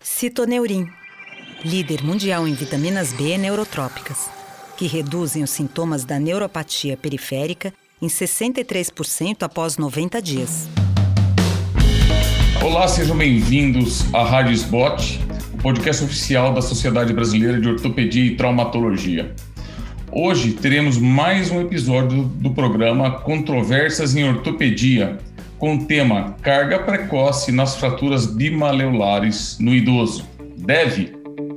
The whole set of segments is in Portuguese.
Citoneurin, líder mundial em vitaminas B neurotrópicas, que reduzem os sintomas da neuropatia periférica em 63% após 90 dias. Olá, sejam bem-vindos à Rádio SBOT, o podcast oficial da Sociedade Brasileira de Ortopedia e Traumatologia. Hoje teremos mais um episódio do programa Controvérsias em Ortopedia, com o tema Carga Precoce nas Fraturas Bimaleolares no Idoso. Deve?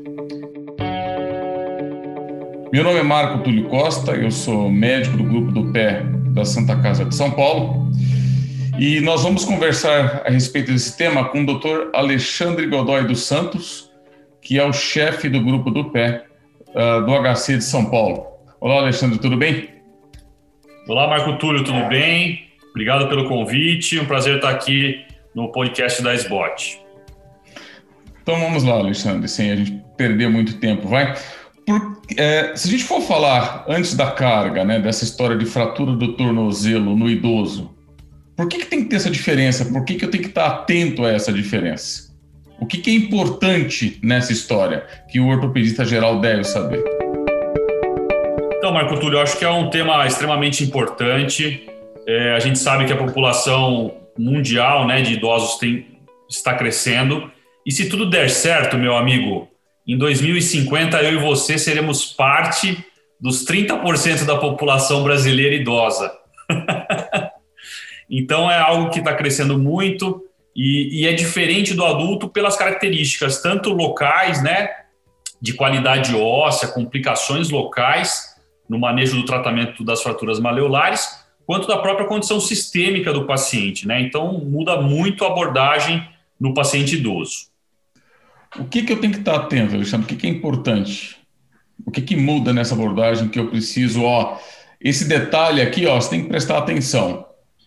Meu nome é Marco Túlio Costa, eu sou médico do Grupo do Pé da Santa Casa de São Paulo e nós vamos conversar a respeito desse tema com o Dr. Alexandre Godoy dos Santos, que é o chefe do Grupo do Pé do HC de São Paulo. Olá, Alexandre, tudo bem? Olá, Marco Túlio, tudo bem? Obrigado pelo convite, um prazer estar aqui no podcast da SBOT. Então vamos lá, Alexandre, sem a gente perder muito tempo, vai? Se a gente for falar antes da carga, né, dessa história de fratura do tornozelo no idoso, por que tem que ter essa diferença? Por que eu tenho que estar atento a essa diferença? O que é importante nessa história que o ortopedista geral deve saber? Então, Marco Túlio, eu acho que é um tema extremamente importante. A gente sabe que a população mundial, né, de idosos está crescendo. E se tudo der certo, meu amigo, em 2050 eu e você seremos parte dos 30% da população brasileira idosa. Então é algo que está crescendo muito e é diferente do adulto pelas características, tanto locais, né, de qualidade óssea, complicações locais no manejo do tratamento das fraturas maleolares, quanto da própria condição sistêmica do paciente, né? Então, muda muito a abordagem no paciente idoso. O que eu tenho que estar atento, Alexandre? O que é importante? O que muda nessa abordagem que eu preciso? Esse detalhe aqui, você tem que prestar atenção.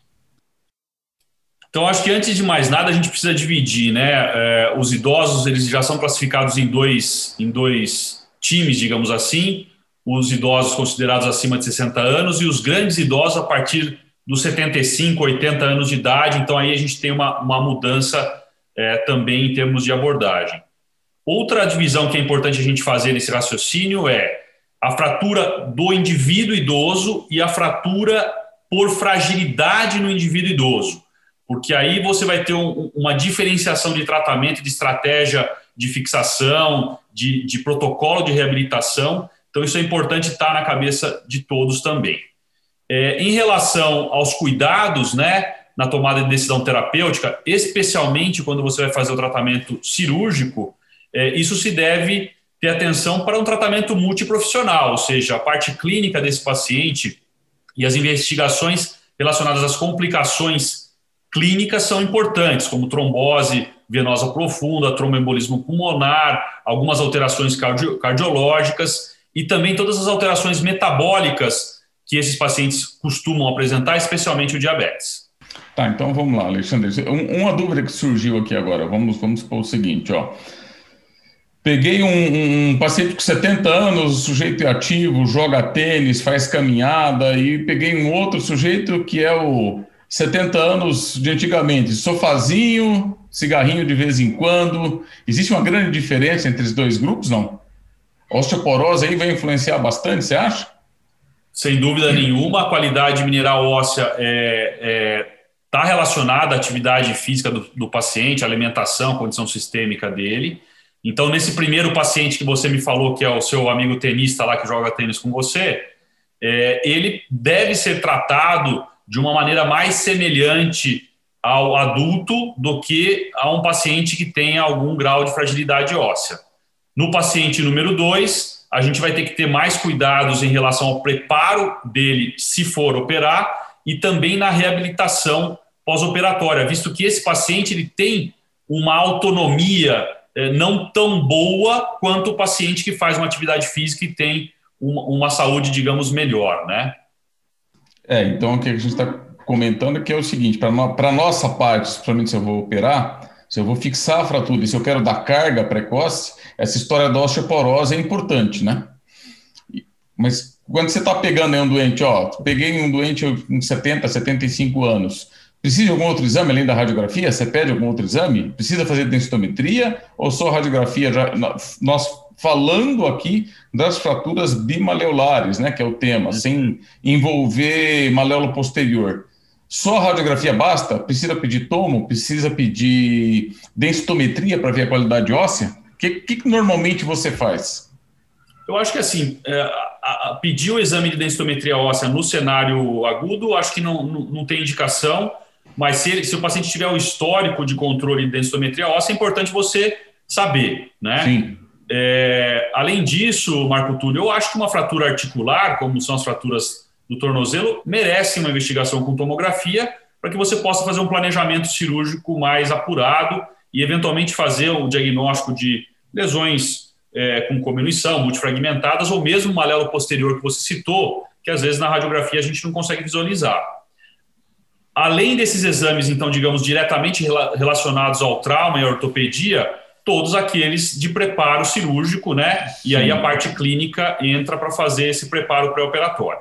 Então, acho que antes de mais nada, a gente precisa dividir, né? Os idosos, eles já são classificados em dois times, digamos assim. Os idosos considerados acima de 60 anos e os grandes idosos a partir dos 75, 80 anos de idade. Então, aí a gente tem uma mudança também em termos de abordagem. Outra divisão que é importante a gente fazer nesse raciocínio é a fratura do indivíduo idoso e a fratura por fragilidade no indivíduo idoso. Porque aí você vai ter uma diferenciação de tratamento, de estratégia de fixação, de protocolo de reabilitação. Então, isso é importante estar na cabeça de todos também. Em relação aos cuidados, né, na tomada de decisão terapêutica, especialmente quando você vai fazer o tratamento cirúrgico, isso se deve ter atenção para um tratamento multiprofissional, ou seja, a parte clínica desse paciente e as investigações relacionadas às complicações clínicas são importantes, como trombose venosa profunda, tromboembolismo pulmonar, algumas alterações cardiológicas, e também todas as alterações metabólicas que esses pacientes costumam apresentar, especialmente o diabetes. Tá, então vamos lá, Alexandre. Uma dúvida que surgiu aqui agora, vamos supor o seguinte, Peguei um paciente com 70 anos, o sujeito é ativo, joga tênis, faz caminhada, e peguei um outro sujeito que é o 70 anos de antigamente, sofazinho, cigarrinho de vez em quando. Existe uma grande diferença entre os dois grupos, não? A osteoporose aí vai influenciar bastante, você acha? Sem dúvida nenhuma, a qualidade mineral óssea está relacionada à atividade física do paciente, à alimentação, à condição sistêmica dele. Então, nesse primeiro paciente que você me falou, que é o seu amigo tenista lá que joga tênis com você, ele deve ser tratado de uma maneira mais semelhante ao adulto do que a um paciente que tenha algum grau de fragilidade óssea. No paciente número 2, a gente vai ter que ter mais cuidados em relação ao preparo dele, se for operar, e também na reabilitação pós-operatória, visto que esse paciente ele tem uma autonomia não tão boa quanto o paciente que faz uma atividade física e tem uma saúde, digamos, melhor, né? Então o que a gente está comentando aqui é o seguinte, para a nossa parte, principalmente se eu vou operar, se eu vou fixar a fratura e se eu quero dar carga precoce, essa história da osteoporose é importante, né? Mas quando você está pegando aí um doente, peguei um doente com 70, 75 anos, Precisa de algum outro exame além da radiografia? Você pede algum outro exame? Precisa fazer densitometria ou só radiografia? Nós falando aqui das fraturas bimaleolares, né, que é o tema, sem envolver maléolo posterior. Só radiografia basta? Precisa pedir tomo? Precisa pedir densitometria para ver a qualidade óssea? O que normalmente você faz? Eu acho que assim, pedir o exame de densitometria óssea no cenário agudo, acho que não tem indicação, mas se o paciente tiver um histórico de controle de densitometria óssea, é importante você saber, né? Sim. Além disso, Marco Túlio, eu acho que uma fratura articular, como são as fraturas do tornozelo, merece uma investigação com tomografia para que você possa fazer um planejamento cirúrgico mais apurado e eventualmente fazer o diagnóstico de lesões com cominuição, multifragmentadas, ou mesmo o maléolo posterior que você citou, que às vezes na radiografia a gente não consegue visualizar. Além desses exames, então, digamos, diretamente relacionados ao trauma e à ortopedia, todos aqueles de preparo cirúrgico, né? Sim. E aí a parte clínica entra para fazer esse preparo pré-operatório.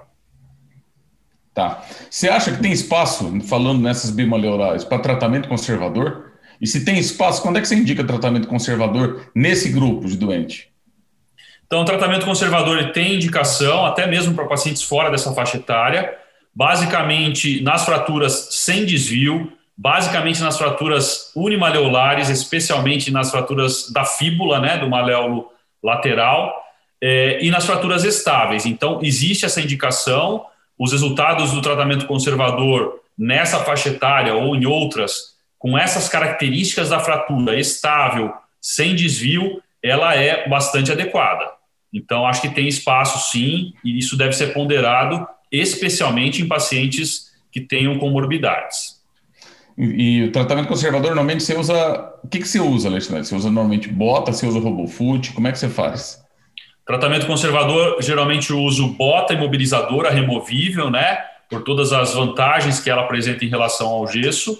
Tá. Você acha que tem espaço, falando nessas bimaleolares, para tratamento conservador? E se tem espaço, quando é que você indica tratamento conservador nesse grupo de doente? Então, o tratamento conservador ele tem indicação, até mesmo para pacientes fora dessa faixa etária, basicamente nas fraturas sem desvio, basicamente nas fraturas unimaleolares, especialmente nas fraturas da fíbula, né, do maléolo lateral, e nas fraturas estáveis. Então, existe essa indicação, os resultados do tratamento conservador nessa faixa etária ou em outras, com essas características da fratura estável, sem desvio, ela é bastante adequada. Então, acho que tem espaço sim, e isso deve ser ponderado, especialmente em pacientes que tenham comorbidades. E o tratamento conservador, normalmente você usa... O que você usa, Alexandre? Você usa normalmente bota, você usa RoboFoot? Como é que você faz? Tratamento conservador, geralmente eu uso bota imobilizadora removível, né? Por todas as vantagens que ela apresenta em relação ao gesso.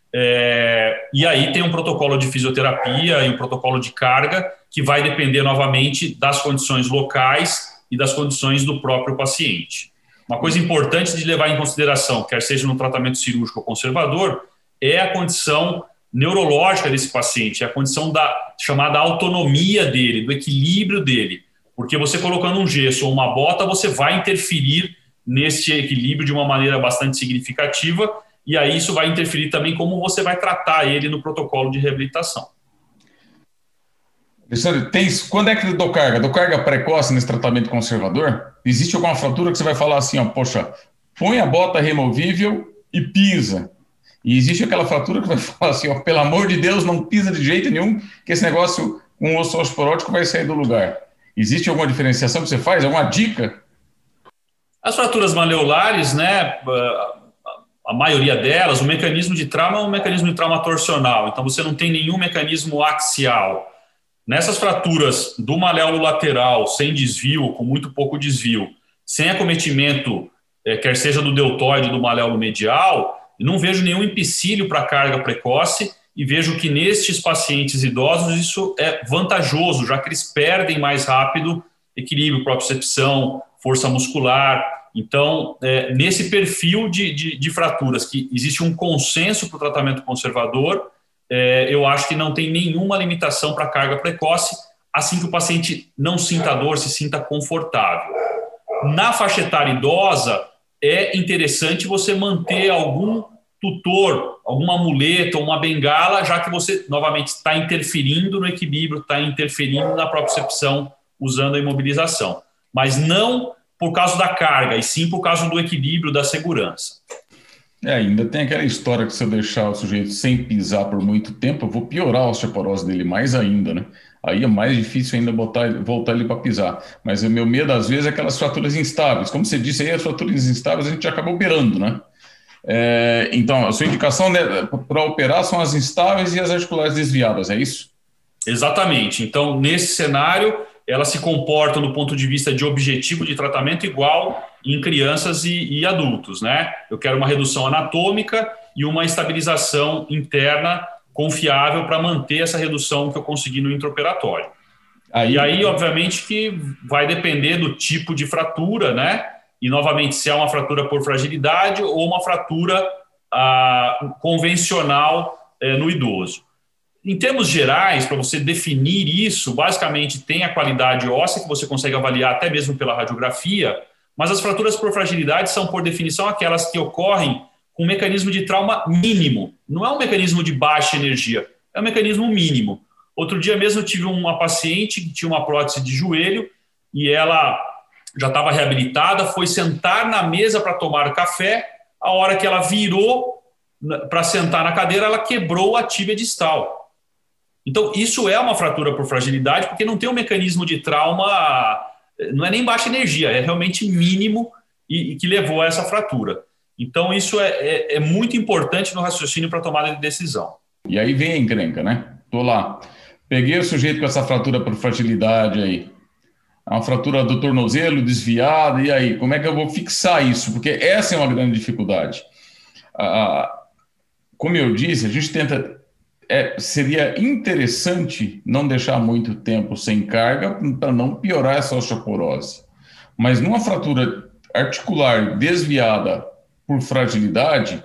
E aí tem um protocolo de fisioterapia e um protocolo de carga que vai depender novamente das condições locais e das condições do próprio paciente. Uma coisa importante de levar em consideração, quer seja no tratamento cirúrgico ou conservador, é a condição neurológica desse paciente, é a condição da chamada autonomia dele, do equilíbrio dele. Porque você colocando um gesso ou uma bota, você vai interferir nesse equilíbrio de uma maneira bastante significativa, e aí isso vai interferir também como você vai tratar ele no protocolo de reabilitação. Alexandre, quando é que dou carga? Dou carga precoce nesse tratamento conservador? Existe alguma fratura que você vai falar assim, ó, poxa, põe a bota removível e pisa. E existe aquela fratura que vai falar assim, ó, pelo amor de Deus, não pisa de jeito nenhum, que esse negócio com o osso osporótico vai sair do lugar. Existe alguma diferenciação que você faz? Alguma dica? As fraturas maleolares, né, a maioria delas, o mecanismo de trauma é um mecanismo de trauma torsional, então você não tem nenhum mecanismo axial. Nessas fraturas do maléolo lateral, sem desvio, com muito pouco desvio, sem acometimento, quer seja do deltoide ou do maléolo medial, não vejo nenhum empecilho para carga precoce e vejo que nestes pacientes idosos isso é vantajoso, já que eles perdem mais rápido equilíbrio, propriocepção, força muscular. Então, nesse perfil de fraturas que existe um consenso para o tratamento conservador, eu acho que não tem nenhuma limitação para carga precoce, assim que o paciente não sinta dor, se sinta confortável. Na faixa etária idosa, é interessante você manter algum tutor, alguma muleta ou uma bengala, já que você, novamente, está interferindo no equilíbrio, está interferindo na propriocepção usando a imobilização. Mas não por causa da carga, e sim por causa do equilíbrio, da segurança. Ainda tem aquela história que se eu deixar o sujeito sem pisar por muito tempo, eu vou piorar a osteoporose dele mais ainda, né? Aí é mais difícil ainda voltar ele para pisar. Mas o meu medo, às vezes, é aquelas fraturas instáveis. Como você disse aí, as fraturas instáveis a gente acaba operando, né? Então, a sua indicação para operar são as instáveis e as articulares desviadas, é isso? Exatamente. Então, nesse cenário, elas se comportam do ponto de vista de objetivo de tratamento igual em crianças e adultos, né? Eu quero uma redução anatômica e uma estabilização interna confiável para manter essa redução que eu consegui no intraoperatório. E aí, obviamente, que vai depender do tipo de fratura, né? E, novamente, se é uma fratura por fragilidade ou uma fratura convencional no idoso. Em termos gerais, para você definir isso, basicamente tem a qualidade óssea, que você consegue avaliar até mesmo pela radiografia, mas as fraturas por fragilidade são, por definição, aquelas que ocorrem com um mecanismo de trauma mínimo. Não é um mecanismo de baixa energia, é um mecanismo mínimo. Outro dia mesmo eu tive uma paciente que tinha uma prótese de joelho e ela já estava reabilitada, foi sentar na mesa para tomar café, a hora que ela virou para sentar na cadeira, ela quebrou a tíbia distal. Então, isso é uma fratura por fragilidade, porque não tem um mecanismo de trauma, não é nem baixa energia, é realmente mínimo e que levou a essa fratura. Então, isso é muito importante no raciocínio para tomada de decisão. E aí vem a encrenca, né? Tô lá, peguei o sujeito com essa fratura por fragilidade aí, uma fratura do tornozelo desviada, e aí, como é que eu vou fixar isso? Porque essa é uma grande dificuldade. Como eu disse, a gente tenta... seria interessante não deixar muito tempo sem carga para não piorar essa osteoporose. Mas numa fratura articular desviada por fragilidade,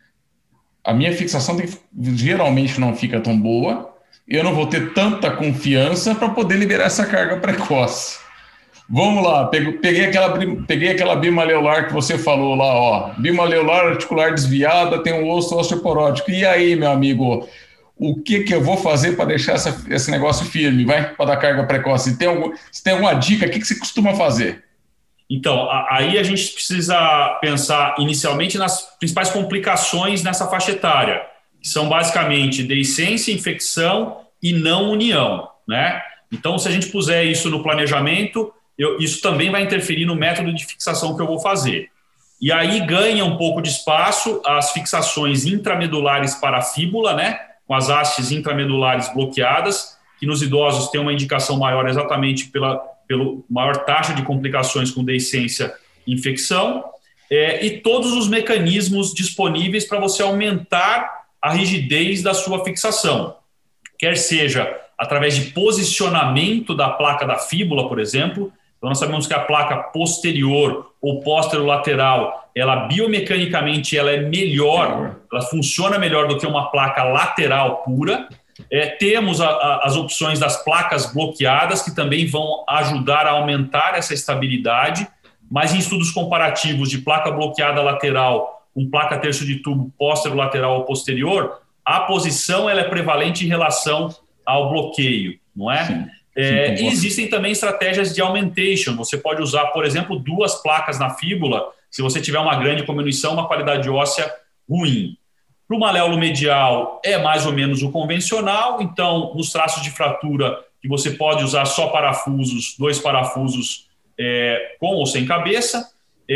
a minha fixação geralmente não fica tão boa, eu não vou ter tanta confiança para poder liberar essa carga precoce. Vamos lá, peguei aquela bimaleolar que você falou lá, ó, bimaleolar articular desviada, tem um osso osteoporótico. E aí, meu amigo, o que eu vou fazer para deixar esse negócio firme, para dar carga precoce? Se tem alguma dica, o que você costuma fazer? Então, aí a gente precisa pensar inicialmente nas principais complicações nessa faixa etária, que são basicamente deiscência, infecção e não união, né? Então, se a gente puser isso no planejamento, isso também vai interferir no método de fixação que eu vou fazer. E aí ganha um pouco de espaço as fixações intramedulares para a fíbula, né? Com as hastes intramedulares bloqueadas, que nos idosos tem uma indicação maior exatamente pelo maior taxa de complicações com deiscência e infecção, e todos os mecanismos disponíveis para você aumentar a rigidez da sua fixação, quer seja através de posicionamento da placa da fíbula, por exemplo. Então nós sabemos que a placa posterior ou posterolateral, ela biomecanicamente ela é melhor, ela funciona melhor do que uma placa lateral pura. Temos as opções das placas bloqueadas, que também vão ajudar a aumentar essa estabilidade, mas em estudos comparativos de placa bloqueada lateral com placa terço de tubo posterolateral ou posterior, a posição ela é prevalente em relação ao bloqueio, não é? Sim. E existem também estratégias de augmentation. Você pode usar, por exemplo, 2 placas na fíbula, se você tiver uma grande diminuição, uma qualidade óssea ruim. Para o maléolo medial é mais ou menos o convencional, então nos traços de fratura que você pode usar só parafusos, 2 parafusos com ou sem cabeça,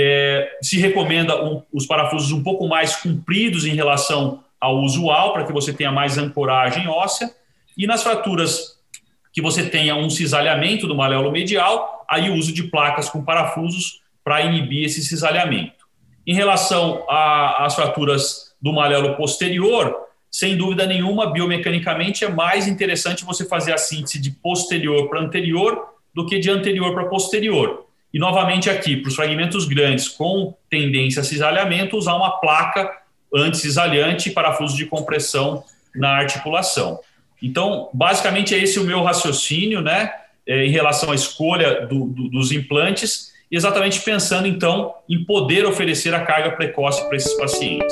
se recomenda os parafusos um pouco mais compridos em relação ao usual, para que você tenha mais ancoragem óssea, e nas fraturas que você tenha um cisalhamento do maléolo medial, aí o uso de placas com parafusos para inibir esse cisalhamento. Em relação às fraturas do maléolo posterior, sem dúvida nenhuma, biomecanicamente é mais interessante você fazer a síntese de posterior para anterior do que de anterior para posterior. E novamente aqui, para os fragmentos grandes com tendência a cisalhamento, usar uma placa anti-cisalhante e parafuso de compressão na articulação. Então, basicamente é esse o meu raciocínio, né, em relação à escolha dos implantes, exatamente pensando, então, em poder oferecer a carga precoce para esses pacientes.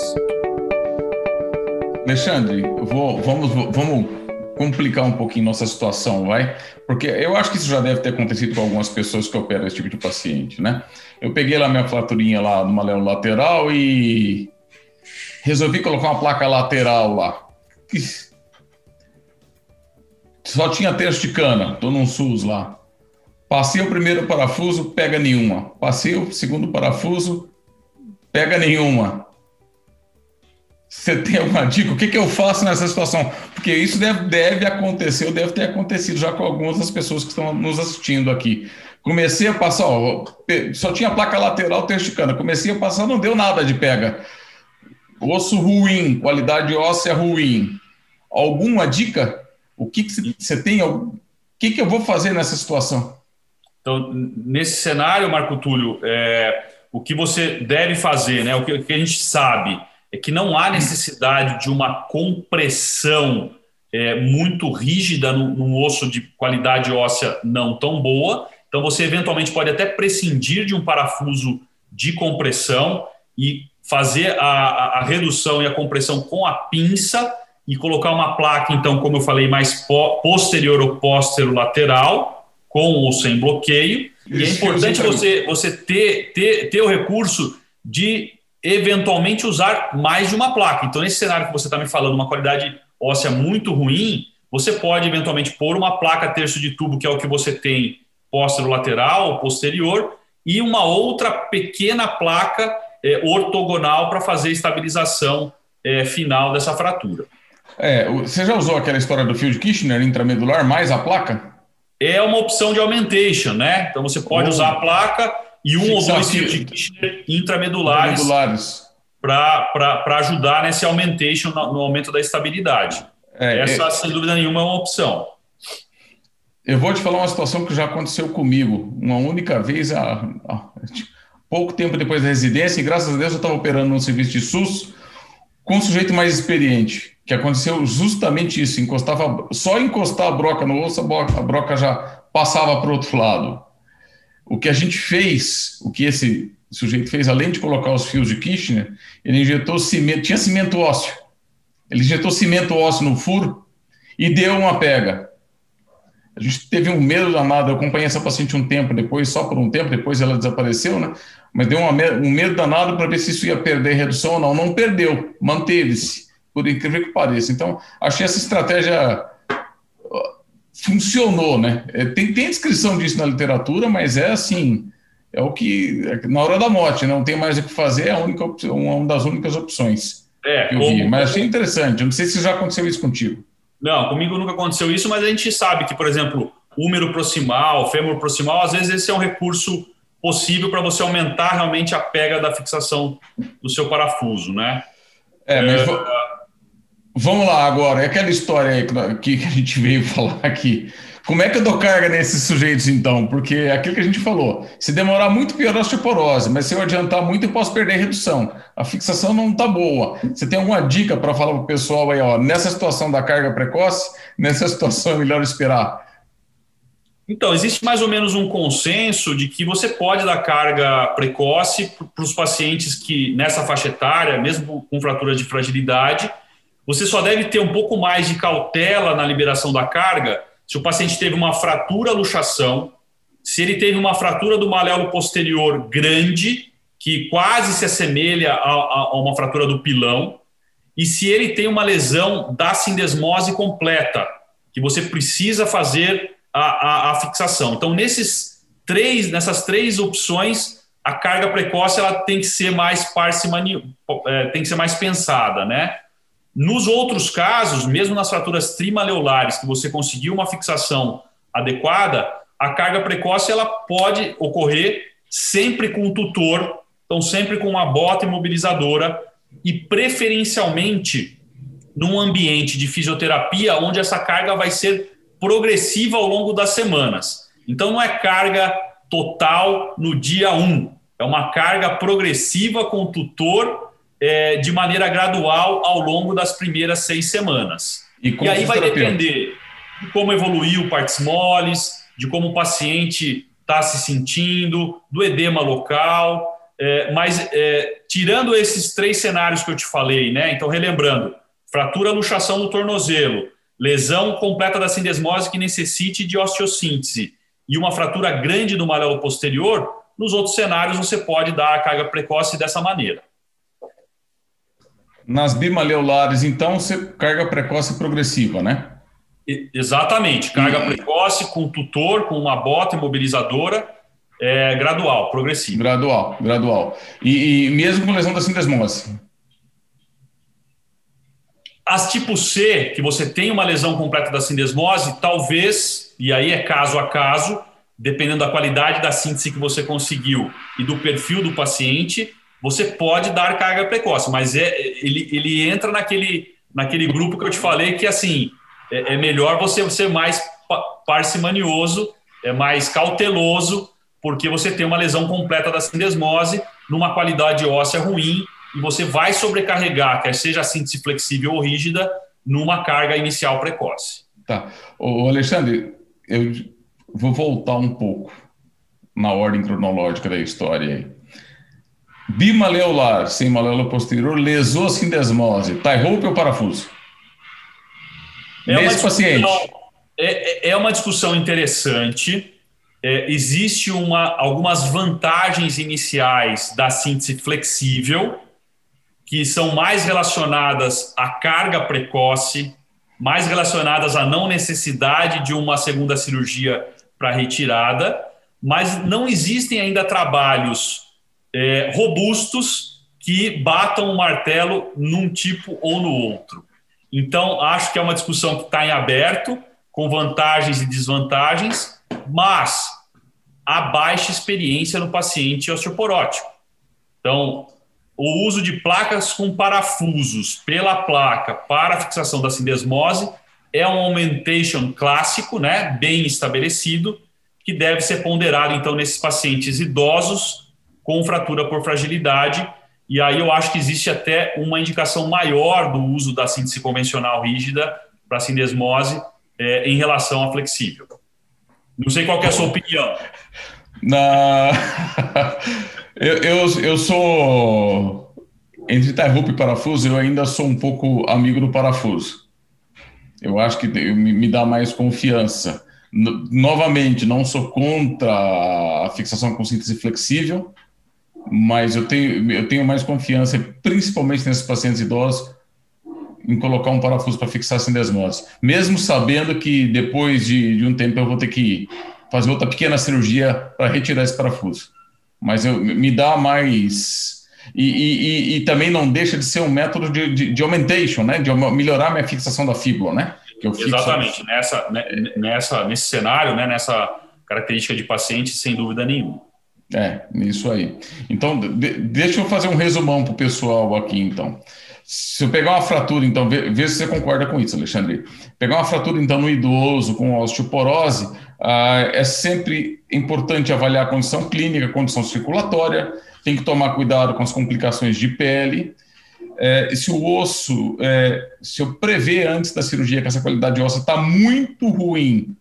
Alexandre, vamos complicar um pouquinho nossa situação, vai? Porque eu acho que isso já deve ter acontecido com algumas pessoas que operam esse tipo de paciente, né? Eu peguei lá minha fraturinha lá no maléolo lateral e resolvi colocar uma placa lateral lá. Só tinha terço de cana, tô num SUS lá. Passei o primeiro parafuso, pega nenhuma. Passei o segundo parafuso, pega nenhuma. Você tem alguma dica? O que eu faço nessa situação? Porque isso deve acontecer, ou deve ter acontecido já com algumas das pessoas que estão nos assistindo aqui. Comecei a passar, só tinha placa lateral, terço de cana. Comecei a passar, não deu nada de pega. Osso ruim, qualidade óssea ruim. Alguma dica? O que você tem? O que eu vou fazer nessa situação? Então, nesse cenário, Marco Túlio, o que você deve fazer, né? O que a gente sabe é que não há necessidade de uma compressão muito rígida num osso de qualidade óssea não tão boa. Então, você eventualmente pode até prescindir de um parafuso de compressão e fazer a redução e a compressão com a pinça e colocar uma placa, então, como eu falei, mais posterior ou póstero-lateral, com ou sem bloqueio. E é importante você ter o recurso de, eventualmente, usar mais de uma placa. Então, nesse cenário que você está me falando, uma qualidade óssea muito ruim, você pode, eventualmente, pôr uma placa terço de tubo, que é o que você tem póstero-lateral, posterior, e uma outra pequena placa ortogonal para fazer a estabilização final dessa fratura. Você já usou aquela história do fio de Kirchner intramedular mais a placa? É uma opção de augmentation, né? Então você pode usar a placa e um ou dois fios de Kirchner intramedulares para ajudar nesse augmentation, no aumento da estabilidade. Essa, sem dúvida nenhuma, é uma opção. Eu vou te falar uma situação que já aconteceu comigo. Uma única vez, pouco tempo depois da residência, e graças a Deus eu estava operando num serviço de SUS com um sujeito mais experiente, que aconteceu justamente isso. Só encostar a broca no osso, a broca já passava para o outro lado. O que a gente fez, o que esse sujeito fez, além de colocar os fios de Kirchner, ele injetou cimento, tinha cimento ósseo. Ele injetou cimento ósseo no furo e deu uma pega. A gente teve um medo danado. Eu acompanhei essa paciente um tempo depois, só por um tempo, depois ela desapareceu, né? Mas deu um medo danado para ver se isso ia perder redução ou não. Não perdeu, manteve-se, por incrível que pareça. Então, achei essa estratégia funcionou, né? Tem descrição disso na literatura, mas é assim, é o que, na hora da morte, não tem mais o que fazer, é uma das únicas opções que eu vi. Mas achei interessante, eu não sei se já aconteceu isso contigo. Não, comigo nunca aconteceu isso, mas a gente sabe que, por exemplo, húmero proximal, fêmur proximal, às vezes esse é um recurso possível para você aumentar realmente a pega da fixação do seu parafuso, né? Mas vamos lá agora, é aquela história aí que a gente veio falar aqui. Como é que eu dou carga nesses sujeitos, então? Porque é aquilo que a gente falou, se demorar muito, pior a osteoporose, mas se eu adiantar muito, eu posso perder a redução. A fixação não está boa. Você tem alguma dica para falar para o pessoal aí, nessa situação da carga precoce, nessa situação é melhor esperar? Então, existe mais ou menos um consenso de que você pode dar carga precoce para os pacientes que, nessa faixa etária, mesmo com fratura de fragilidade, você só deve ter um pouco mais de cautela na liberação da carga se o paciente teve uma fratura luxação, se ele teve uma fratura do maléolo posterior grande, que quase se assemelha a uma fratura do pilão, e se ele tem uma lesão da sindesmose completa, que você precisa fazer a fixação. Então, nessas três opções, a carga precoce ela tem que ser mais tem que ser mais pensada, né? Nos outros casos, mesmo nas fraturas trimaleolares, que você conseguiu uma fixação adequada, a carga precoce ela pode ocorrer sempre com um tutor, então sempre com uma bota imobilizadora e preferencialmente num ambiente de fisioterapia onde essa carga vai ser progressiva ao longo das semanas. Então não é carga total no dia 1, é uma carga progressiva com o tutor de maneira gradual ao longo das primeiras 6 semanas. E aí vai depender de como evoluiu o partes moles, de como o paciente está se sentindo, do edema local, mas tirando esses 3 cenários que eu te falei, né? Então, relembrando, fratura luxação do tornozelo, lesão completa da sindesmose que necessite de osteossíntese e uma fratura grande do maléolo posterior, nos outros cenários você pode dar a carga precoce dessa maneira. Nas bimaleolares, então, carga precoce progressiva, né? Exatamente. Carga precoce com tutor, com uma bota imobilizadora, gradual, progressiva. Gradual. E mesmo com lesão da sindesmose? As tipo C, que você tem uma lesão completa da sindesmose, talvez, e aí é caso a caso, dependendo da qualidade da síntese que você conseguiu e do perfil do paciente, você pode dar carga precoce, mas ele entra naquele grupo que eu te falei que assim, é melhor você ser mais parcimonioso, mais cauteloso, porque você tem uma lesão completa da sindesmose numa qualidade óssea ruim e você vai sobrecarregar, quer seja a síntese flexível ou rígida, numa carga inicial precoce. Tá. Ô Alexandre, eu vou voltar um pouco na ordem cronológica da história aí. Bimaleolar, sem maléola posterior, lesou a sindesmose, tie rope ou parafuso? Nesse paciente. É uma discussão interessante. Existe algumas vantagens iniciais da síntese flexível, que são mais relacionadas à carga precoce, mais relacionadas à não necessidade de uma segunda cirurgia para retirada, mas não existem ainda trabalhos robustos que batam o martelo num tipo ou no outro. Então, acho que é uma discussão que está em aberto, com vantagens e desvantagens, mas há baixa experiência no paciente osteoporótico. Então, o uso de placas com parafusos pela placa para a fixação da sindesmose é um augmentation clássico, né, bem estabelecido, que deve ser ponderado, então, nesses pacientes idosos com fratura por fragilidade. E aí eu acho que existe até uma indicação maior do uso da síntese convencional rígida para a sindesmose em relação à flexível. Não sei qual que é a sua opinião. Eu sou, entre tie rope e parafuso, eu ainda sou um pouco amigo do parafuso. Eu acho que me dá mais confiança. Novamente, não sou contra a fixação com síntese flexível, mas eu tenho mais confiança, principalmente nesses pacientes idosos, em colocar um parafuso para fixar a sindesmose. Mesmo sabendo que depois de um tempo eu vou ter que fazer outra pequena cirurgia para retirar esse parafuso. Mas me dá mais... E também não deixa de ser um método de augmentation, né? De melhorar a minha fixação da fíbula, né? Que eu fixo... Exatamente. Nesse cenário, né? Nessa característica de paciente, sem dúvida nenhuma. Isso aí. Então, deixa eu fazer um resumão para o pessoal aqui, então. Se eu pegar uma fratura, então, vê se você concorda com isso, Alexandre. Pegar uma fratura, então, no idoso com osteoporose, é sempre importante avaliar a condição clínica, a condição circulatória, tem que tomar cuidado com as complicações de pele. Se o osso, se eu prever antes da cirurgia que essa qualidade óssea está muito ruim,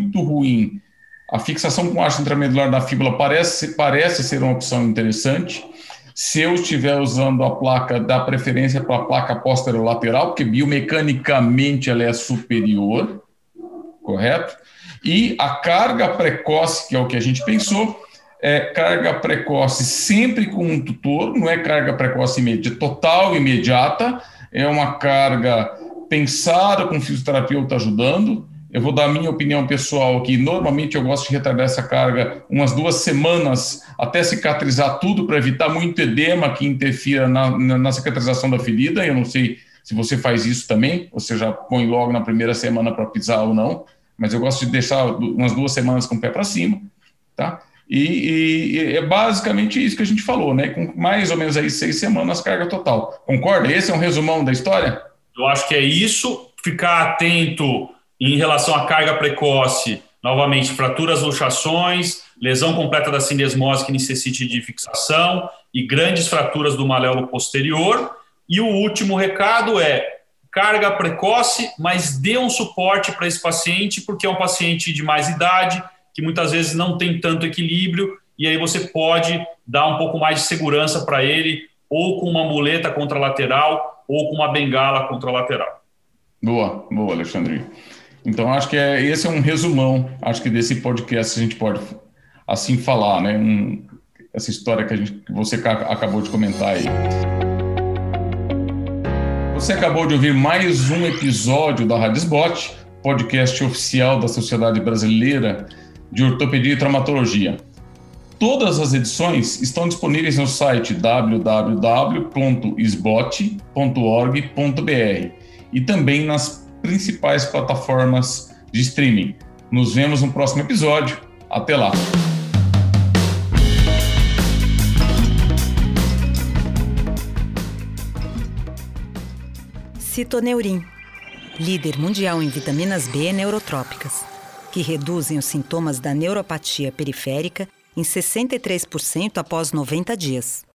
a fixação com ácido intramedular da fíbula parece ser uma opção interessante. Se eu estiver usando a placa, dá preferência para a placa posterolateral, porque biomecanicamente ela é superior, correto? E a carga precoce, que é o que a gente pensou, carga precoce sempre com um tutor, não é carga precoce total imediata, é uma carga pensada com fisioterapeuta ajudando. Eu vou dar a minha opinião pessoal aqui. Normalmente eu gosto de retardar essa carga umas 2 semanas até cicatrizar tudo para evitar muito edema que interfira na cicatrização da ferida. Eu não sei se você faz isso também, você já põe logo na primeira semana para pisar ou não, mas eu gosto de deixar umas 2 semanas com o pé para cima, tá? E é basicamente isso que a gente falou, né? Com mais ou menos aí 6 semanas carga total. Concorda? Esse é um resumão da história? Eu acho que é isso. Ficar atento em relação à carga precoce, novamente, fraturas, luxações, lesão completa da sindesmose que necessite de fixação e grandes fraturas do maléolo posterior. E o último recado é carga precoce, mas dê um suporte para esse paciente, porque é um paciente de mais idade, que muitas vezes não tem tanto equilíbrio, e aí você pode dar um pouco mais de segurança para ele, ou com uma muleta contralateral, ou com uma bengala contralateral. Boa, Alexandre. Então, acho que esse é um resumão, acho que desse podcast a gente pode assim falar, né? Essa história que você acabou de comentar aí. Você acabou de ouvir mais um episódio da Radisbot, podcast oficial da Sociedade Brasileira de Ortopedia e Traumatologia. Todas as edições estão disponíveis no site www.sbot.org.br e também nas principais plataformas de streaming. Nos vemos no próximo episódio. Até lá! Citoneurin, líder mundial em vitaminas B neurotrópicas, que reduzem os sintomas da neuropatia periférica em 63% após 90 dias.